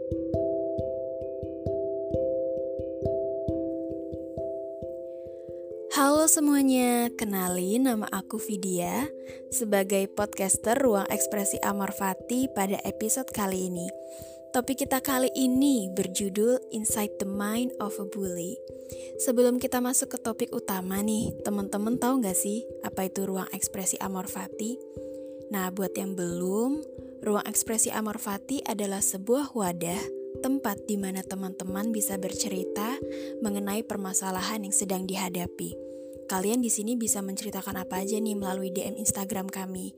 Halo semuanya, kenalin nama aku Vidya sebagai podcaster Ruang Ekspresi Amor Fati pada episode kali ini. Topik kita kali ini berjudul Inside the Mind of a Bully. Sebelum kita masuk ke topik utama nih, teman-teman tahu gak sih apa itu Ruang Ekspresi Amor Fati? Nah, buat yang belum, Ruang Ekspresi Amor Fati adalah sebuah wadah tempat di mana teman-teman bisa bercerita mengenai permasalahan yang sedang dihadapi. Kalian di sini bisa menceritakan apa aja nih melalui DM Instagram kami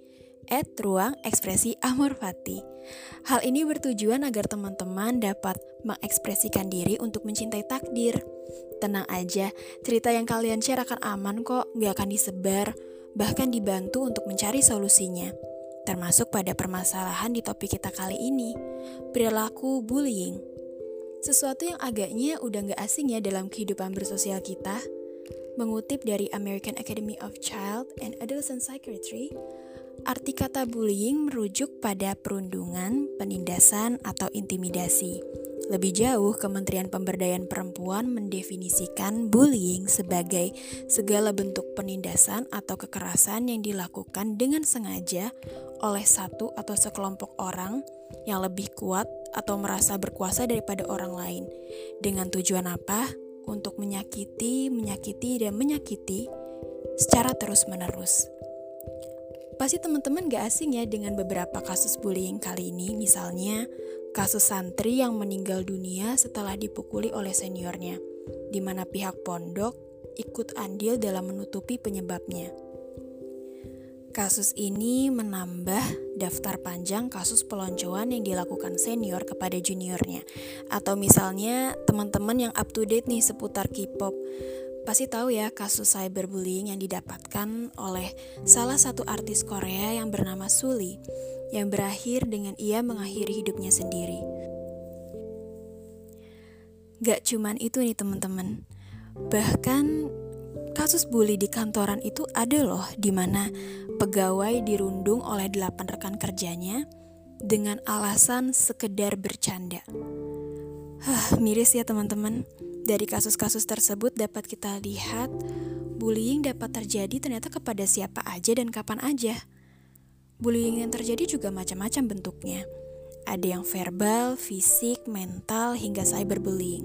@ruangekspresiamorfati. Hal ini bertujuan agar teman-teman dapat mengekspresikan diri untuk mencintai takdir. Tenang aja, cerita yang kalian share akan aman kok, gak akan disebar, bahkan dibantu untuk mencari solusinya. Termasuk pada permasalahan di topik kita kali ini, perilaku bullying. Sesuatu yang agaknya udah gak asing ya dalam kehidupan bersosial kita. Mengutip dari American Academy of Child and Adolescent Psychiatry, arti kata bullying merujuk pada perundungan, penindasan, atau intimidasi. Lebih jauh, Kementerian Pemberdayaan Perempuan mendefinisikan bullying sebagai segala bentuk penindasan atau kekerasan yang dilakukan dengan sengaja oleh satu atau sekelompok orang yang lebih kuat atau merasa berkuasa daripada orang lain. Dengan tujuan apa? Untuk menyakiti, dan menyakiti secara terus-menerus. Pasti teman-teman gak asing ya dengan beberapa kasus bullying kali ini. Misalnya, kasus santri yang meninggal dunia setelah dipukuli oleh seniornya, di mana pihak pondok ikut andil dalam menutupi penyebabnya. Kasus ini menambah daftar panjang kasus peloncoan yang dilakukan senior kepada juniornya. Atau misalnya teman-teman yang up to date nih seputar K-pop, pasti tahu ya kasus cyberbullying yang didapatkan oleh salah satu artis Korea yang bernama Sulli, yang berakhir dengan ia mengakhiri hidupnya sendiri. Gak cuman itu nih teman-teman, bahkan kasus bully di kantoran itu ada loh, di mana pegawai dirundung oleh 8 rekan kerjanya dengan alasan sekedar bercanda. Miris ya teman-teman. Dari kasus-kasus tersebut dapat kita lihat bullying dapat terjadi ternyata kepada siapa aja dan kapan aja. Bullying yang terjadi juga macam-macam bentuknya. Ada yang verbal, fisik, mental, hingga cyberbullying.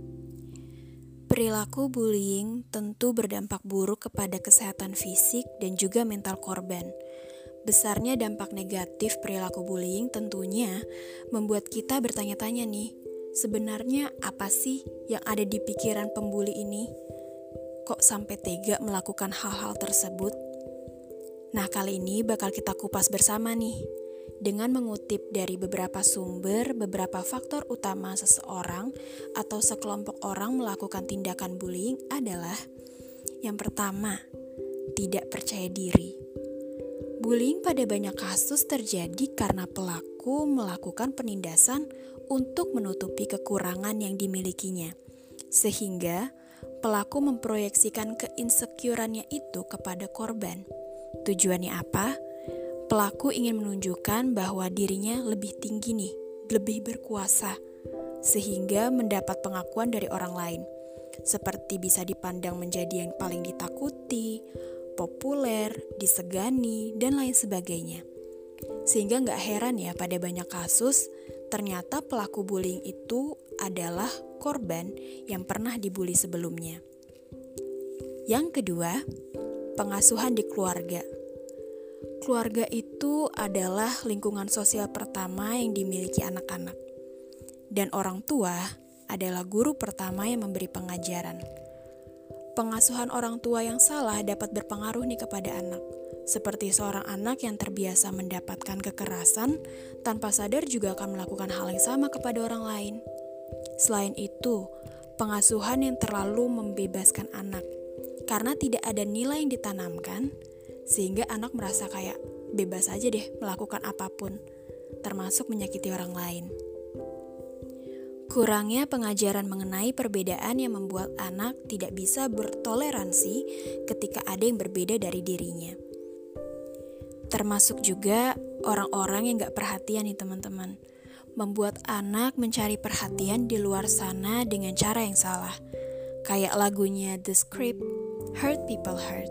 Perilaku bullying tentu berdampak buruk kepada kesehatan fisik dan juga mental korban. Besarnya dampak negatif perilaku bullying tentunya membuat kita bertanya-tanya nih, sebenarnya apa sih yang ada di pikiran pembuli ini? Kok sampai tega melakukan hal-hal tersebut? Nah, kali ini bakal kita kupas bersama nih, dengan mengutip dari beberapa sumber, beberapa faktor utama seseorang atau sekelompok orang melakukan tindakan bullying adalah: yang pertama, tidak percaya diri. Bullying pada banyak kasus terjadi karena pelaku melakukan penindasan untuk menutupi kekurangan yang dimilikinya, sehingga pelaku memproyeksikan keinsecurannya itu kepada korban. Tujuannya apa? Pelaku ingin menunjukkan bahwa dirinya lebih tinggi nih, lebih berkuasa, sehingga mendapat pengakuan dari orang lain, seperti bisa dipandang menjadi yang paling ditakuti, populer, disegani, dan lain sebagainya. Sehingga gak heran ya pada banyak kasus, ternyata pelaku bullying itu adalah korban yang pernah dibully sebelumnya. Yang kedua, pengasuhan di keluarga. Keluarga itu adalah lingkungan sosial pertama yang dimiliki anak-anak. Dan orang tua adalah guru pertama yang memberi pengajaran. Pengasuhan orang tua yang salah dapat berpengaruh nih kepada anak. Seperti seorang anak yang terbiasa mendapatkan kekerasan, tanpa sadar juga akan melakukan hal yang sama kepada orang lain. Selain itu, pengasuhan yang terlalu membebaskan anak, karena tidak ada nilai yang ditanamkan, sehingga anak merasa kayak bebas aja deh melakukan apapun, termasuk menyakiti orang lain. Kurangnya pengajaran mengenai perbedaan yang membuat anak tidak bisa bertoleransi ketika ada yang berbeda dari dirinya. Termasuk juga orang-orang yang gak perhatian nih teman-teman. membuat anak mencari perhatian di luar sana dengan cara yang salah. Kayak lagunya The Script, Hurt People Hurt.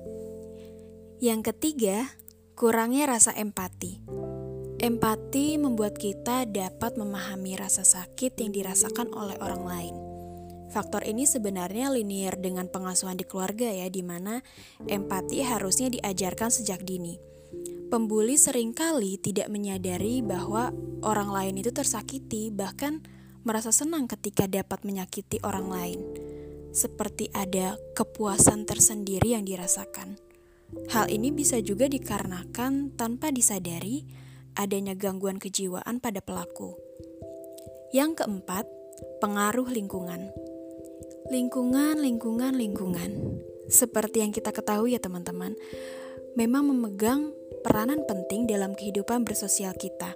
Yang ketiga, kurangnya rasa empati. Empati membuat kita dapat memahami rasa sakit yang dirasakan oleh orang lain. Faktor ini sebenarnya linear dengan pengasuhan di keluarga ya, di mana empati harusnya diajarkan sejak dini. Pembuli seringkali tidak menyadari bahwa orang lain itu tersakiti, bahkan merasa senang ketika dapat menyakiti orang lain. Seperti ada kepuasan tersendiri yang dirasakan. Hal ini bisa juga dikarenakan tanpa disadari adanya gangguan kejiwaan pada pelaku. Yang keempat, pengaruh lingkungan. Lingkungan. Seperti yang kita ketahui ya teman-teman, memang memegang peranan penting dalam kehidupan bersosial kita.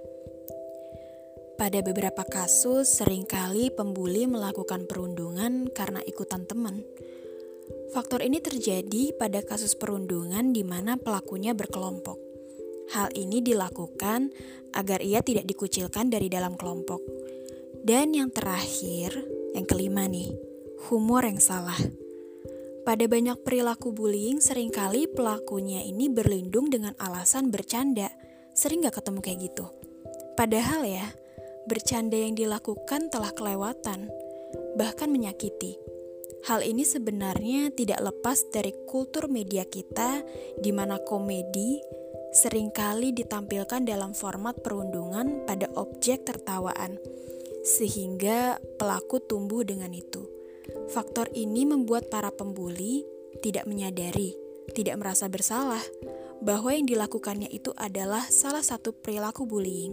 Pada beberapa kasus, seringkali pembuli melakukan perundungan karena ikutan teman. Faktor ini terjadi pada kasus perundungan di mana pelakunya berkelompok. Hal ini dilakukan agar ia tidak dikucilkan dari dalam kelompok. Dan yang terakhir, yang kelima nih, humor yang salah. Pada banyak perilaku bullying, seringkali pelakunya ini berlindung dengan alasan bercanda. Sering gak ketemu kayak gitu? Padahal ya, bercanda yang dilakukan telah kelewatan, bahkan menyakiti. Hal ini sebenarnya tidak lepas dari kultur media kita, di mana komedi seringkali ditampilkan dalam format perundungan pada objek tertawaan, sehingga pelaku tumbuh dengan itu. Faktor ini membuat para pembuli tidak menyadari, tidak merasa bersalah, bahwa yang dilakukannya itu adalah salah satu perilaku bullying.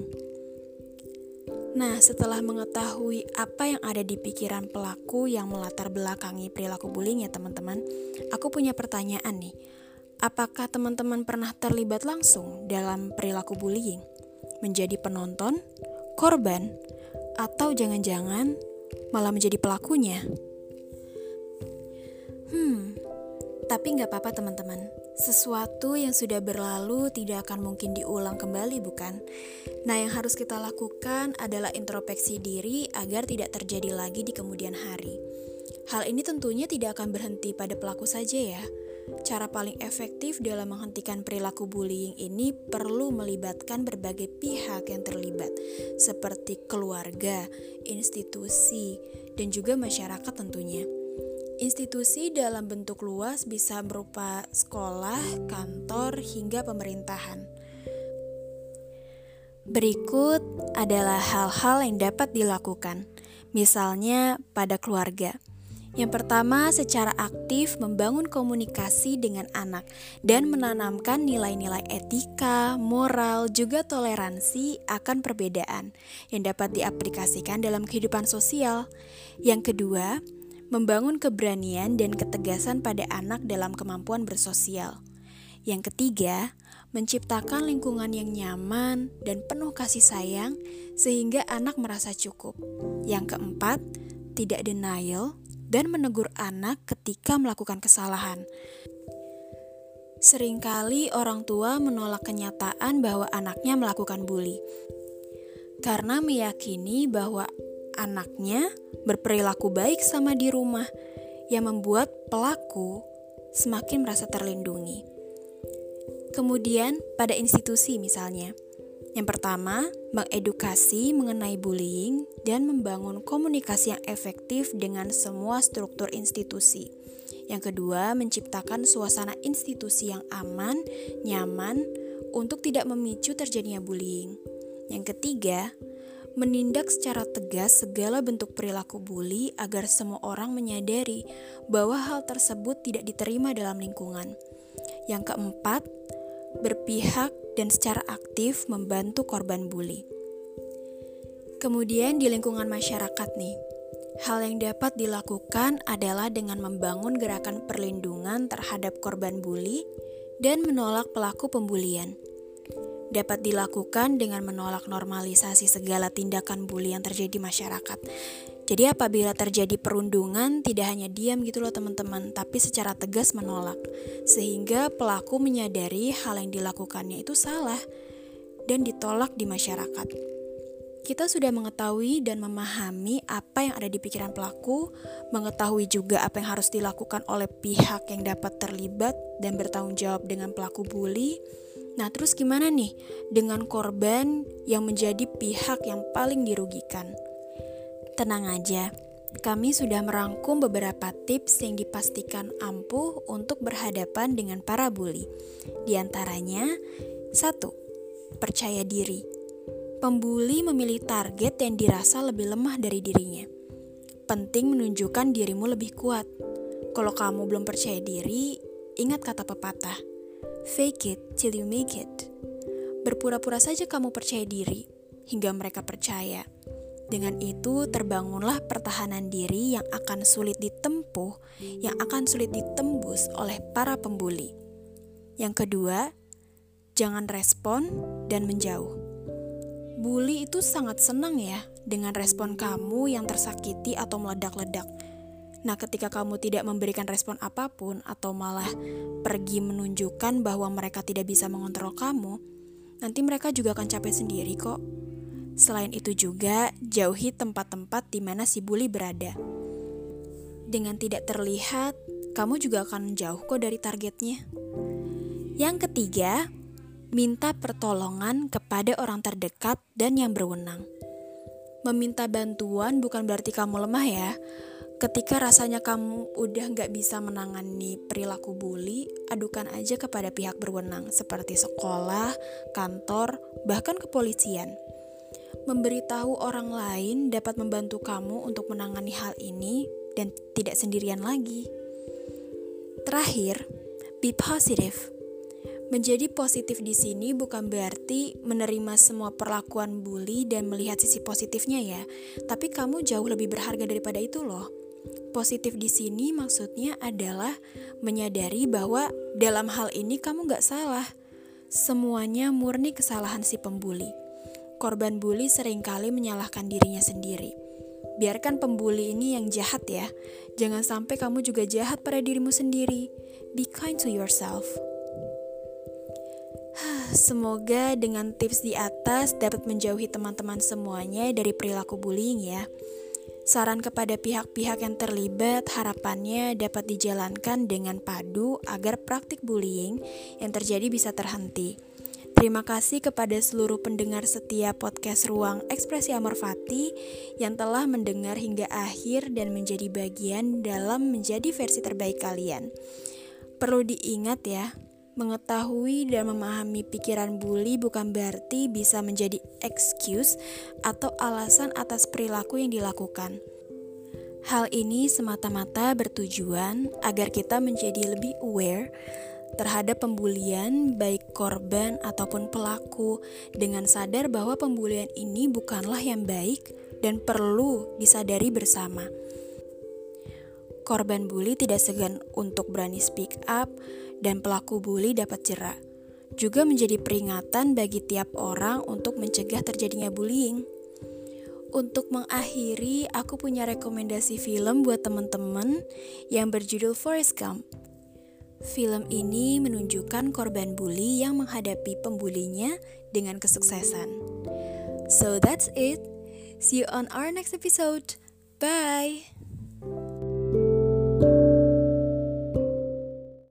Nah, setelah mengetahui apa yang ada di pikiran pelaku yang melatar belakangi perilaku bullying ya teman-teman, aku punya pertanyaan nih. Apakah teman-teman pernah terlibat langsung dalam perilaku bullying? Menjadi penonton, korban, atau jangan-jangan malah menjadi pelakunya? Tapi gak apa-apa teman-teman. Sesuatu yang sudah berlalu tidak akan mungkin diulang kembali, bukan? Nah, yang harus kita lakukan adalah introspeksi diri agar tidak terjadi lagi di kemudian hari. Hal ini tentunya tidak akan berhenti pada pelaku saja ya. Cara paling efektif dalam menghentikan perilaku bullying ini perlu melibatkan berbagai pihak yang terlibat, seperti keluarga, institusi, dan juga masyarakat tentunya. Institusi dalam bentuk luas bisa berupa sekolah, kantor, hingga pemerintahan. Berikut adalah hal-hal yang dapat dilakukan, misalnya pada keluarga. Yang pertama, secara aktif membangun komunikasi dengan anak dan menanamkan nilai-nilai etika, moral, juga toleransi akan perbedaan yang dapat diaplikasikan dalam kehidupan sosial. Yang kedua, membangun keberanian dan ketegasan pada anak dalam kemampuan bersosial. Yang ketiga, menciptakan lingkungan yang nyaman dan penuh kasih sayang sehingga anak merasa cukup. Yang keempat, tidak denial dan menegur anak ketika melakukan kesalahan. Seringkali orang tua menolak kenyataan bahwa anaknya melakukan bully karena meyakini bahwa anaknya berperilaku baik sama di rumah, yang membuat pelaku semakin merasa terlindungi. Kemudian pada institusi misalnya, yang pertama, mengedukasi mengenai bullying dan membangun komunikasi yang efektif dengan semua struktur institusi. Yang kedua, menciptakan suasana institusi yang aman, nyaman untuk tidak memicu terjadinya bullying. Yang ketiga, menindak secara tegas segala bentuk perilaku bully agar semua orang menyadari bahwa hal tersebut tidak diterima dalam lingkungan. Yang keempat, berpihak dan secara aktif membantu korban bully. Kemudian di lingkungan masyarakat nih, hal yang dapat dilakukan adalah dengan membangun gerakan perlindungan terhadap korban bully dan menolak pelaku pembulian. Dapat dilakukan dengan menolak normalisasi segala tindakan bully yang terjadi di masyarakat. Jadi apabila terjadi perundungan, tidak hanya diam gitu loh teman-teman, tapi secara tegas menolak. Sehingga pelaku menyadari hal yang dilakukannya itu salah dan ditolak di masyarakat. Kita sudah mengetahui dan memahami apa yang ada di pikiran pelaku, mengetahui juga apa yang harus dilakukan oleh pihak yang dapat terlibat dan bertanggung jawab dengan pelaku bully. Nah, terus gimana nih dengan korban yang menjadi pihak yang paling dirugikan? Tenang aja, kami sudah merangkum beberapa tips yang dipastikan ampuh untuk berhadapan dengan para bully. Di antaranya, 1. Percaya diri. Pembuli memilih target yang dirasa lebih lemah dari dirinya. Penting menunjukkan dirimu lebih kuat. Kalau kamu belum percaya diri, ingat kata pepatah, fake it till you make it. Berpura-pura saja kamu percaya diri, hingga mereka percaya. Dengan itu terbangunlah pertahanan diri yang akan sulit ditempuh, yang akan sulit ditembus oleh para pembuli. Yang kedua, jangan respon dan menjauh. Bully itu sangat senang ya dengan respon kamu yang tersakiti atau meledak-ledak. Nah, ketika kamu tidak memberikan respon apapun atau malah pergi menunjukkan bahwa mereka tidak bisa mengontrol kamu, nanti mereka juga akan capek sendiri kok. Selain itu juga, jauhi tempat-tempat di mana si bully berada. Dengan tidak terlihat, kamu juga akan jauh kok dari targetnya. Yang ketiga, minta pertolongan kepada orang terdekat dan yang berwenang. Meminta bantuan bukan berarti kamu lemah ya. Ketika rasanya kamu udah gak bisa menangani perilaku bully, adukan aja kepada pihak berwenang seperti sekolah, kantor, bahkan kepolisian. Memberitahu orang lain dapat membantu kamu untuk menangani hal ini dan tidak sendirian lagi. Terakhir, be positive. Menjadi positif di sini bukan berarti menerima semua perlakuan bully dan melihat sisi positifnya ya, tapi kamu jauh lebih berharga daripada itu loh. Positif di sini maksudnya adalah menyadari bahwa dalam hal ini kamu gak salah. Semuanya murni kesalahan si pembuli. Korban bully seringkali menyalahkan dirinya sendiri. Biarkan pembuli ini yang jahat ya. Jangan sampai kamu juga jahat pada dirimu sendiri. Be kind to yourself. Semoga dengan tips di atas dapat menjauhi teman-teman semuanya dari perilaku bullying ya. Saran kepada pihak-pihak yang terlibat harapannya dapat dijalankan dengan padu agar praktik bullying yang terjadi bisa terhenti. Terima kasih kepada seluruh pendengar setia podcast Ruang Ekspresi Amor Fati yang telah mendengar hingga akhir dan menjadi bagian dalam menjadi versi terbaik kalian. Perlu diingat ya, mengetahui dan memahami pikiran bully bukan berarti bisa menjadi excuse atau alasan atas perilaku yang dilakukan. Hal ini semata-mata bertujuan agar kita menjadi lebih aware terhadap pembulian baik korban ataupun pelaku dengan sadar bahwa pembulian ini bukanlah yang baik dan perlu disadari bersama. Korban bully tidak segan untuk berani speak up dan pelaku bully dapat jerak. Juga menjadi peringatan bagi tiap orang untuk mencegah terjadinya bullying. Untuk mengakhiri, aku punya rekomendasi film buat teman-teman yang berjudul Forrest Gump. Film ini menunjukkan korban bully yang menghadapi pembulinya dengan kesuksesan. So that's it. See you on our next episode. Bye!